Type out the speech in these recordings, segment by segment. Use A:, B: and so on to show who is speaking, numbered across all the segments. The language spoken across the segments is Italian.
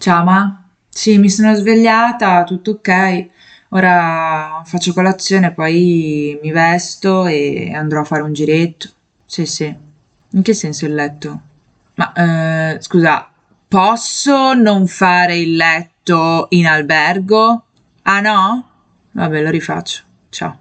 A: Ciao ma? Sì, mi sono svegliata, tutto ok. Ora faccio colazione, poi mi vesto e andrò a fare un giretto. Sì, sì. In che senso il letto? Ma scusa, posso non fare il letto in albergo? Ah no? Vabbè, lo rifaccio. Ciao.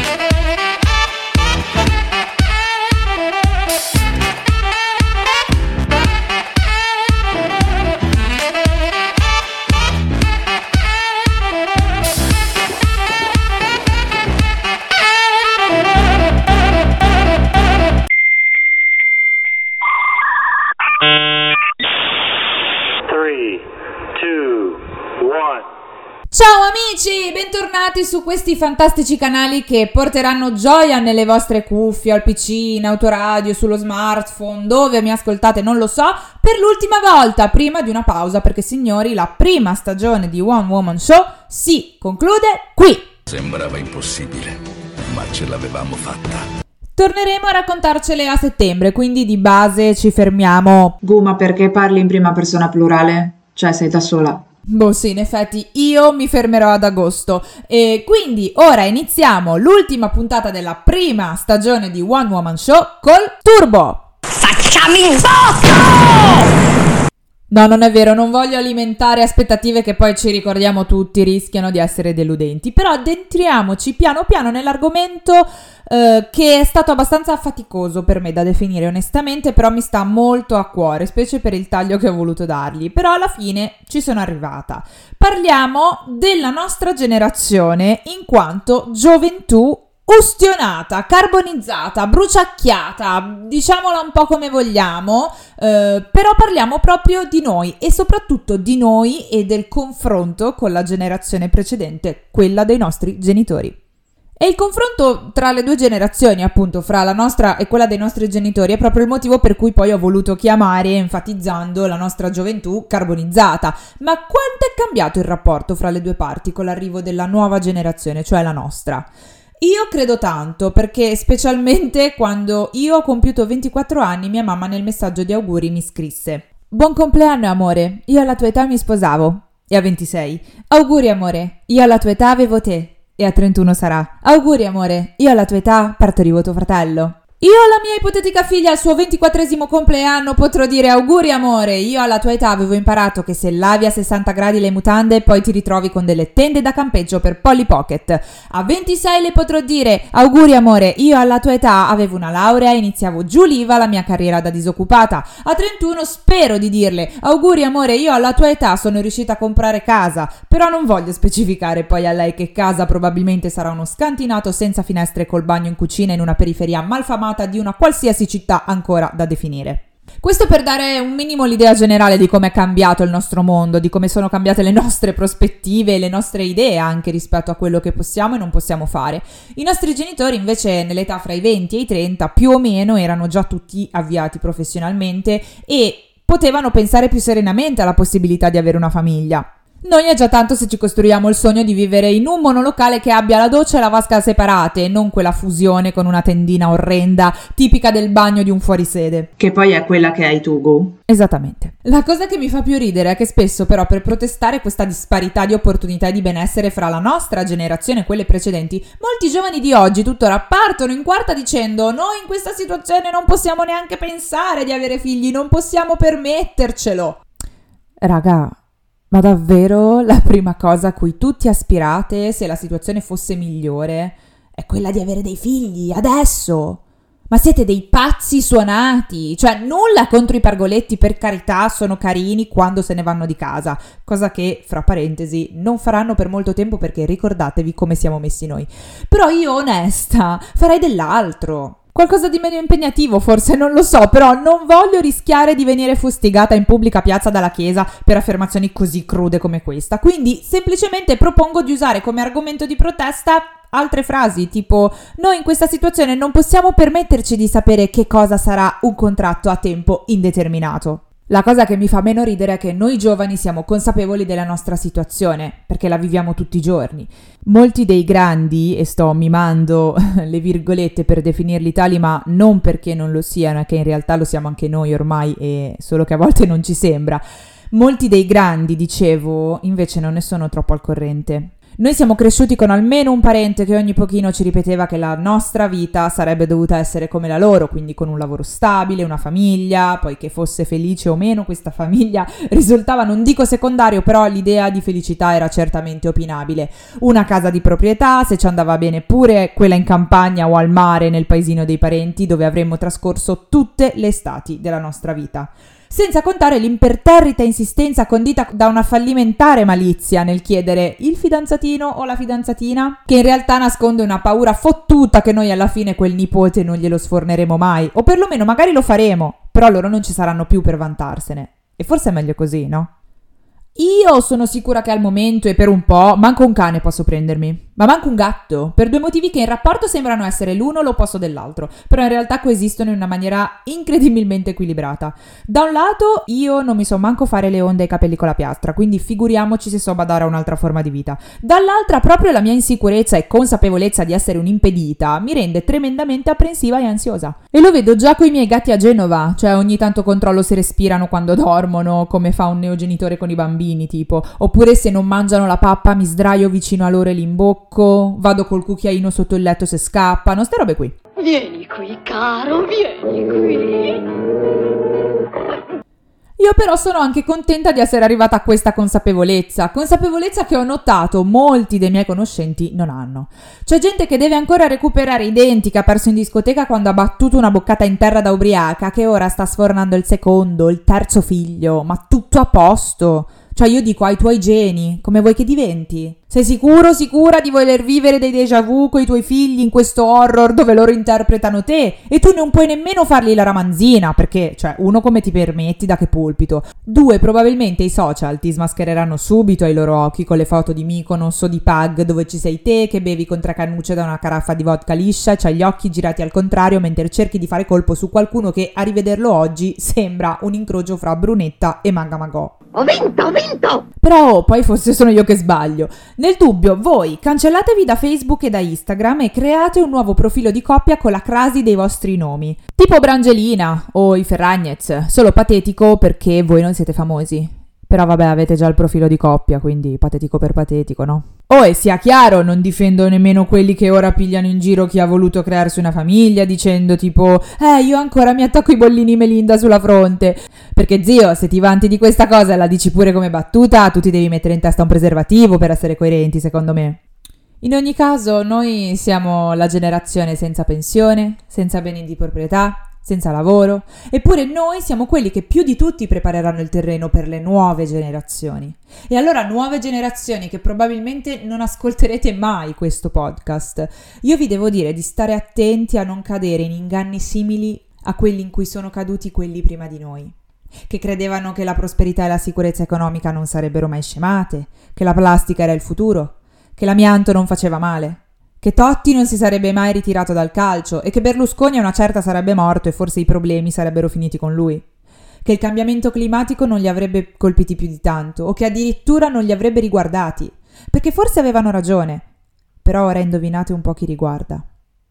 B: Three, two, one.
C: Ciao amici, bentornati su questi fantastici canali che porteranno gioia nelle vostre cuffie, al PC, in autoradio, sullo smartphone, dove mi ascoltate non lo so, per l'ultima volta, prima di una pausa, perché signori, la prima stagione di One Woman Show si conclude qui.
D: Sembrava impossibile, ma ce l'avevamo fatta.
C: Torneremo a raccontarcele a settembre, quindi di base ci fermiamo.
A: Gu, ma perché parli in prima persona plurale? Cioè, sei da sola.
C: Boh sì, in effetti io mi fermerò ad agosto e quindi ora iniziamo l'ultima puntata della prima stagione di One Woman Show col Turbo.
E: Facciami il botto!
C: No, non è vero, non voglio alimentare aspettative che poi ci ricordiamo tutti rischiano di essere deludenti, però addentriamoci piano piano nell'argomento che è stato abbastanza faticoso per me da definire onestamente, però mi sta molto a cuore, specie per il taglio che ho voluto dargli, però alla fine ci sono arrivata. Parliamo della nostra generazione in quanto gioventù ustionata, carbonizzata, bruciacchiata, diciamola un po' come vogliamo, però parliamo proprio di noi e soprattutto di noi e del confronto con la generazione precedente, quella dei nostri genitori. E il confronto tra le due generazioni, appunto, fra la nostra e quella dei nostri genitori, è proprio il motivo per cui poi ho voluto chiamare, enfatizzando la nostra gioventù carbonizzata. Ma quanto è cambiato il rapporto fra le due parti con l'arrivo della nuova generazione, cioè la nostra? Io credo tanto, perché specialmente quando io ho compiuto 24 anni, mia mamma nel messaggio di auguri mi scrisse: Buon compleanno amore, io alla tua età mi sposavo. E a 26: Auguri amore, io alla tua età avevo te. E a 31 sarà: Auguri amore, io alla tua età partorivo tuo fratello. Io alla mia ipotetica figlia al suo 24esimo compleanno potrò dire: auguri amore, io alla tua età avevo imparato che se lavi a 60 gradi le mutande poi ti ritrovi con delle tende da campeggio per Polly Pocket. A 26 le potrò dire: auguri amore, io alla tua età avevo una laurea e iniziavo giù l'IVA la mia carriera da disoccupata. A 31 spero di dirle: auguri amore, io alla tua età sono riuscita a comprare casa, però non voglio specificare poi a lei che casa probabilmente sarà uno scantinato senza finestre col bagno in cucina in una periferia malfamata di una qualsiasi città ancora da definire. Questo per dare un minimo l'idea generale di come è cambiato il nostro mondo, di come sono cambiate le nostre prospettive e le nostre idee anche rispetto a quello che possiamo e non possiamo fare. I nostri genitori invece nell'età fra i 20 e i 30 più o meno erano già tutti avviati professionalmente e potevano pensare più serenamente alla possibilità di avere una famiglia. Noi è già tanto se ci costruiamo il sogno di vivere in un monolocale che abbia la doccia e la vasca separate e non quella fusione con una tendina orrenda tipica del bagno di un fuorisede.
A: Che poi è quella che hai tu, Gu.
C: Esattamente. La cosa che mi fa più ridere è che spesso però per protestare questa disparità di opportunità e di benessere fra la nostra generazione e quelle precedenti, molti giovani di oggi tuttora partono in quarta dicendo: noi in questa situazione non possiamo neanche pensare di avere figli, non possiamo permettercelo. Raga, ma davvero la prima cosa a cui tutti aspirate, se la situazione fosse migliore, è quella di avere dei figli, adesso? Ma siete dei pazzi suonati? Cioè, nulla contro i pargoletti, per carità, sono carini quando se ne vanno di casa, cosa che, fra parentesi, non faranno per molto tempo perché ricordatevi come siamo messi noi. Però io, onesta, farei dell'altro. Qualcosa di meno impegnativo forse, non lo so, però non voglio rischiare di venire fustigata in pubblica piazza dalla chiesa per affermazioni così crude come questa. Quindi semplicemente propongo di usare come argomento di protesta altre frasi tipo: noi in questa situazione non possiamo permetterci di sapere che cosa sarà un contratto a tempo indeterminato. La cosa che mi fa meno ridere è che noi giovani siamo consapevoli della nostra situazione, perché la viviamo tutti i giorni. Molti dei grandi, e sto mimando le virgolette per definirli tali, ma non perché non lo siano, è che in realtà lo siamo anche noi ormai, e solo che a volte non ci sembra. Molti dei grandi, dicevo, invece non ne sono troppo al corrente. Noi siamo cresciuti con almeno un parente che ogni pochino ci ripeteva che la nostra vita sarebbe dovuta essere come la loro, quindi con un lavoro stabile, una famiglia, poi che fosse felice o meno questa famiglia risultava, non dico secondario, però l'idea di felicità era certamente opinabile. Una casa di proprietà, se ci andava bene pure quella in campagna o al mare nel paesino dei parenti dove avremmo trascorso tutte le estati della nostra vita. Senza contare l'imperterrita insistenza condita da una fallimentare malizia nel chiedere il fidanzatino o la fidanzatina, che in realtà nasconde una paura fottuta che noi alla fine quel nipote non glielo sforneremo mai, o perlomeno magari lo faremo, però loro non ci saranno più per vantarsene. E forse è meglio così, no? Io sono sicura che al momento e per un po' manco un cane posso prendermi, ma manco un gatto, per due motivi che in rapporto sembrano essere l'uno l'opposto dell'altro, però in realtà coesistono in una maniera incredibilmente equilibrata. Da un lato io non mi so manco fare le onde ai capelli con la piastra, quindi figuriamoci se so badare a un'altra forma di vita. Dall'altra proprio la mia insicurezza e consapevolezza di essere un'impedita mi rende tremendamente apprensiva e ansiosa. E lo vedo già coi miei gatti a Genova, cioè ogni tanto controllo se respirano quando dormono, come fa un neogenitore con i bambini tipo, oppure se non mangiano la pappa mi sdraio vicino a loro e li imbocco, vado col cucchiaino sotto il letto se scappano, ste robe qui.
E: Vieni qui, caro, vieni qui.
C: Io però sono anche contenta di essere arrivata a questa consapevolezza che ho notato molti dei miei conoscenti non hanno. C'è gente che deve ancora recuperare i denti che ha perso in discoteca quando ha battuto una boccata in terra da ubriaca, che ora sta sfornando il secondo, il terzo figlio, ma tutto a posto. Cioè io dico ai tuoi geni, come vuoi che diventi? Sei sicura di voler vivere dei déjà vu coi tuoi figli in questo horror dove loro interpretano te? E tu non puoi nemmeno fargli la ramanzina, perché, cioè, uno, come ti permetti, da che pulpito? Due, probabilmente i social ti smaschereranno subito ai loro occhi con le foto di Mykonos o di Pag dove ci sei te che bevi con 3 cannucce da una caraffa di vodka liscia e c'hai gli occhi girati al contrario mentre cerchi di fare colpo su qualcuno che, a rivederlo oggi, sembra un incrocio fra Brunetta e Manga Magò.
E: Ho vinto!
C: Però poi forse sono io che sbaglio. Nel dubbio, voi cancellatevi da Facebook e da Instagram e create un nuovo profilo di coppia con la crasi dei vostri nomi. Tipo Brangelina o i Ferragnez, solo patetico perché voi non siete famosi. Però vabbè, avete già il profilo di coppia, quindi patetico per patetico, no? Oh, e sia chiaro, non difendo nemmeno quelli che ora pigliano in giro chi ha voluto crearsi una famiglia dicendo tipo io ancora mi attacco i bollini Melinda sulla fronte. Perché zio, se ti vanti di questa cosa e la dici pure come battuta, tu ti devi mettere in testa un preservativo per essere coerenti, secondo me. In ogni caso, noi siamo la generazione senza pensione, senza beni di proprietà, senza lavoro, eppure noi siamo quelli che più di tutti prepareranno il terreno per le nuove generazioni. E allora nuove generazioni che probabilmente non ascolterete mai questo podcast, io vi devo dire di stare attenti a non cadere in inganni simili a quelli in cui sono caduti quelli prima di noi, che credevano che la prosperità e la sicurezza economica non sarebbero mai scemate, che la plastica era il futuro, che l'amianto non faceva male, che Totti non si sarebbe mai ritirato dal calcio e che Berlusconi a una certa sarebbe morto e forse i problemi sarebbero finiti con lui, che il cambiamento climatico non li avrebbe colpiti più di tanto o che addirittura non li avrebbe riguardati, perché forse avevano ragione, però ora indovinate un po' chi riguarda.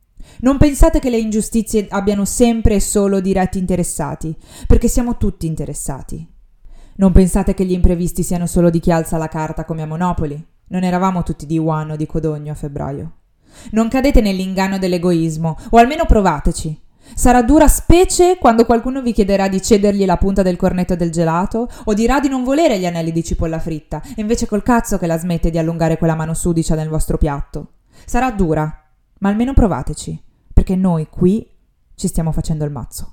C: Non pensate che le ingiustizie abbiano sempre e solo diretti interessati, perché siamo tutti interessati. Non pensate che gli imprevisti siano solo di chi alza la carta come a Monopoli. Non eravamo tutti di Wuhan o di Codogno a febbraio. Non cadete nell'inganno dell'egoismo, o almeno provateci. Sarà dura specie quando qualcuno vi chiederà di cedergli la punta del cornetto del gelato o dirà di non volere gli anelli di cipolla fritta, e invece col cazzo che la smette di allungare quella mano sudicia nel vostro piatto. Sarà dura, ma almeno provateci, perché noi qui ci stiamo facendo il mazzo.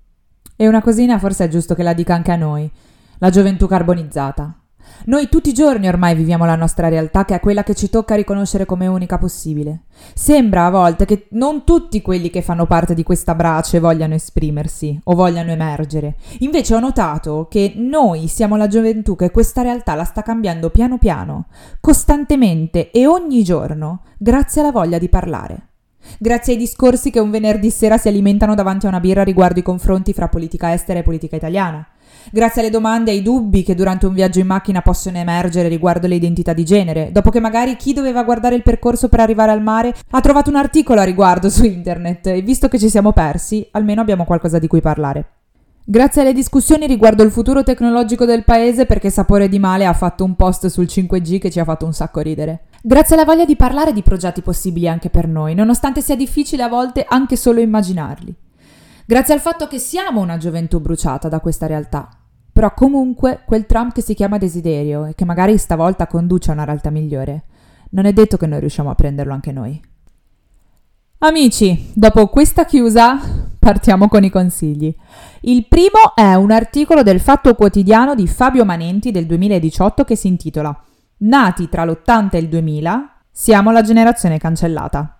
C: E una cosina forse è giusto che la dica anche a noi, la gioventù carbonizzata. Noi tutti i giorni ormai viviamo la nostra realtà, che è quella che ci tocca riconoscere come unica possibile. Sembra a volte che non tutti quelli che fanno parte di questa brace vogliano esprimersi o vogliano emergere. Invece ho notato che noi siamo la gioventù che questa realtà la sta cambiando piano piano, costantemente e ogni giorno, grazie alla voglia di parlare. Grazie ai discorsi che un venerdì sera si alimentano davanti a una birra riguardo i confronti fra politica estera e politica italiana. Grazie alle domande e ai dubbi che durante un viaggio in macchina possono emergere riguardo le identità di genere, dopo che magari chi doveva guardare il percorso per arrivare al mare ha trovato un articolo a riguardo su internet e visto che ci siamo persi, almeno abbiamo qualcosa di cui parlare. Grazie alle discussioni riguardo il futuro tecnologico del paese, perché Sapore di Male ha fatto un post sul 5G che ci ha fatto un sacco ridere. Grazie alla voglia di parlare di progetti possibili anche per noi, nonostante sia difficile a volte anche solo immaginarli. Grazie al fatto che siamo una gioventù bruciata da questa realtà. Però comunque quel Trump che si chiama desiderio e che magari stavolta conduce a una realtà migliore, non è detto che noi riusciamo a prenderlo anche noi. Amici, dopo questa chiusa partiamo con i consigli. Il primo è un articolo del Fatto Quotidiano di Fabio Manenti del 2018 che si intitola Nati tra l'80 e il 2000, siamo la generazione cancellata.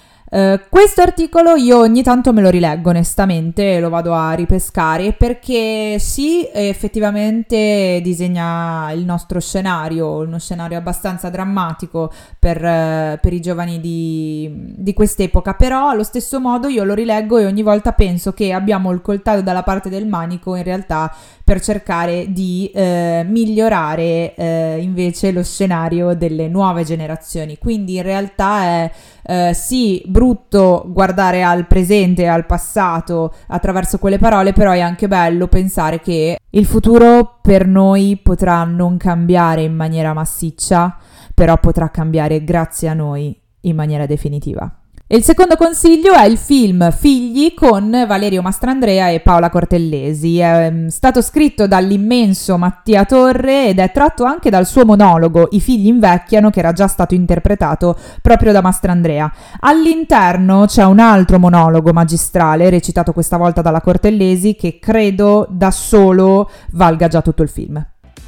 C: Questo articolo io ogni tanto me lo rileggo onestamente, lo vado a ripescare perché sì, effettivamente disegna il nostro scenario, uno scenario abbastanza drammatico per i giovani di quest'epoca, però allo stesso modo io lo rileggo e ogni volta penso che abbiamo il coltello dalla parte del manico in realtà per cercare di migliorare invece lo scenario delle nuove generazioni. Quindi in realtà è sì, brutto guardare al presente e al passato attraverso quelle parole, però è anche bello pensare che il futuro per noi potrà non cambiare in maniera massiccia, però potrà cambiare grazie a noi in maniera definitiva. E il secondo consiglio è il film Figli con Valerio Mastrandrea e Paola Cortellesi. È stato scritto dall'immenso Mattia Torre ed è tratto anche dal suo monologo I figli invecchiano, che era già stato interpretato proprio da Mastrandrea. All'interno c'è un altro monologo magistrale, recitato questa volta dalla Cortellesi, che credo da solo valga già tutto il film.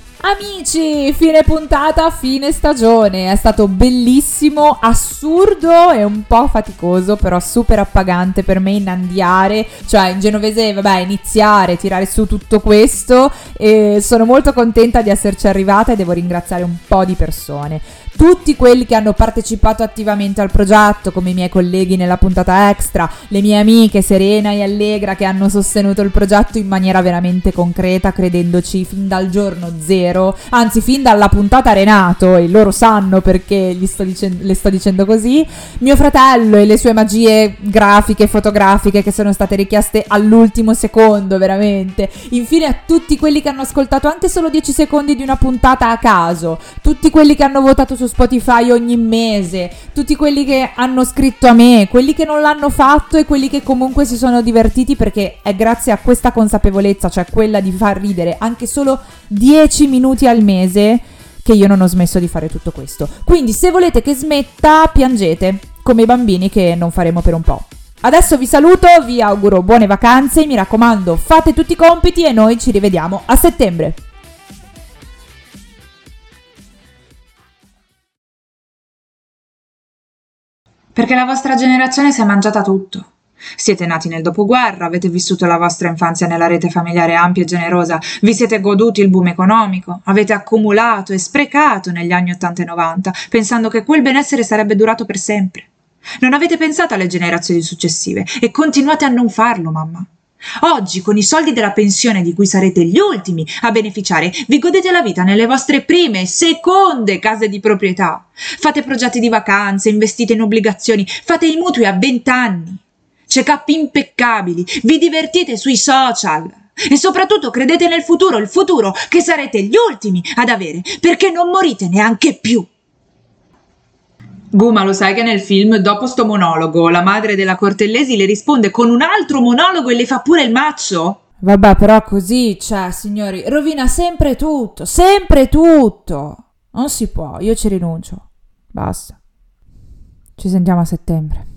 C: Amici, fine puntata, fine stagione, è stato bellissimo, assurdo e un po' faticoso, però super appagante per me innandiare, cioè in genovese, vabbè, iniziare, tirare su tutto questo, e sono molto contenta di esserci arrivata e devo ringraziare un po' di persone. Tutti quelli che hanno partecipato attivamente al progetto, come i miei colleghi nella puntata extra, le mie amiche Serena e Allegra che hanno sostenuto il progetto in maniera veramente concreta, credendoci fin dal giorno zero, anzi fin dalla puntata Renato, e loro sanno perché le sto dicendo così, mio fratello e le sue magie grafiche e fotografiche che sono state richieste all'ultimo secondo, veramente. Infine a tutti quelli che hanno ascoltato anche solo 10 secondi di una puntata a caso, tutti quelli che hanno votato su Spotify ogni mese, tutti quelli che hanno scritto a me, quelli che non l'hanno fatto e quelli che comunque si sono divertiti, perché è grazie a questa consapevolezza, cioè quella di far ridere anche solo 10 minuti al mese, che io non ho smesso di fare tutto questo. Quindi se volete che smetta, piangete, come i bambini che non faremo per un po'. Adesso vi saluto, vi auguro buone vacanze, mi raccomando fate tutti i compiti e noi ci rivediamo a settembre.
A: Perché la vostra generazione si è mangiata tutto. Siete nati nel dopoguerra, avete vissuto la vostra infanzia nella rete familiare ampia e generosa, vi siete goduti il boom economico, avete accumulato e sprecato negli anni 80 e 90, pensando che quel benessere sarebbe durato per sempre. Non avete pensato alle generazioni successive e continuate a non farlo, mamma. Oggi, con i soldi della pensione di cui sarete gli ultimi a beneficiare, vi godete la vita nelle vostre prime, seconde case di proprietà. Fate progetti di vacanze, investite in obbligazioni, fate i mutui a 20 anni. Check-up impeccabili, vi divertite sui social e soprattutto credete nel futuro, il futuro che sarete gli ultimi ad avere, perché non morite neanche più. Ma lo sai che nel film, dopo sto monologo, la madre della Cortellesi le risponde con un altro monologo e le fa pure il maccio?
C: Vabbè, però così, cioè, signori, rovina sempre tutto, non si può, io ci rinuncio, basta, ci sentiamo a settembre.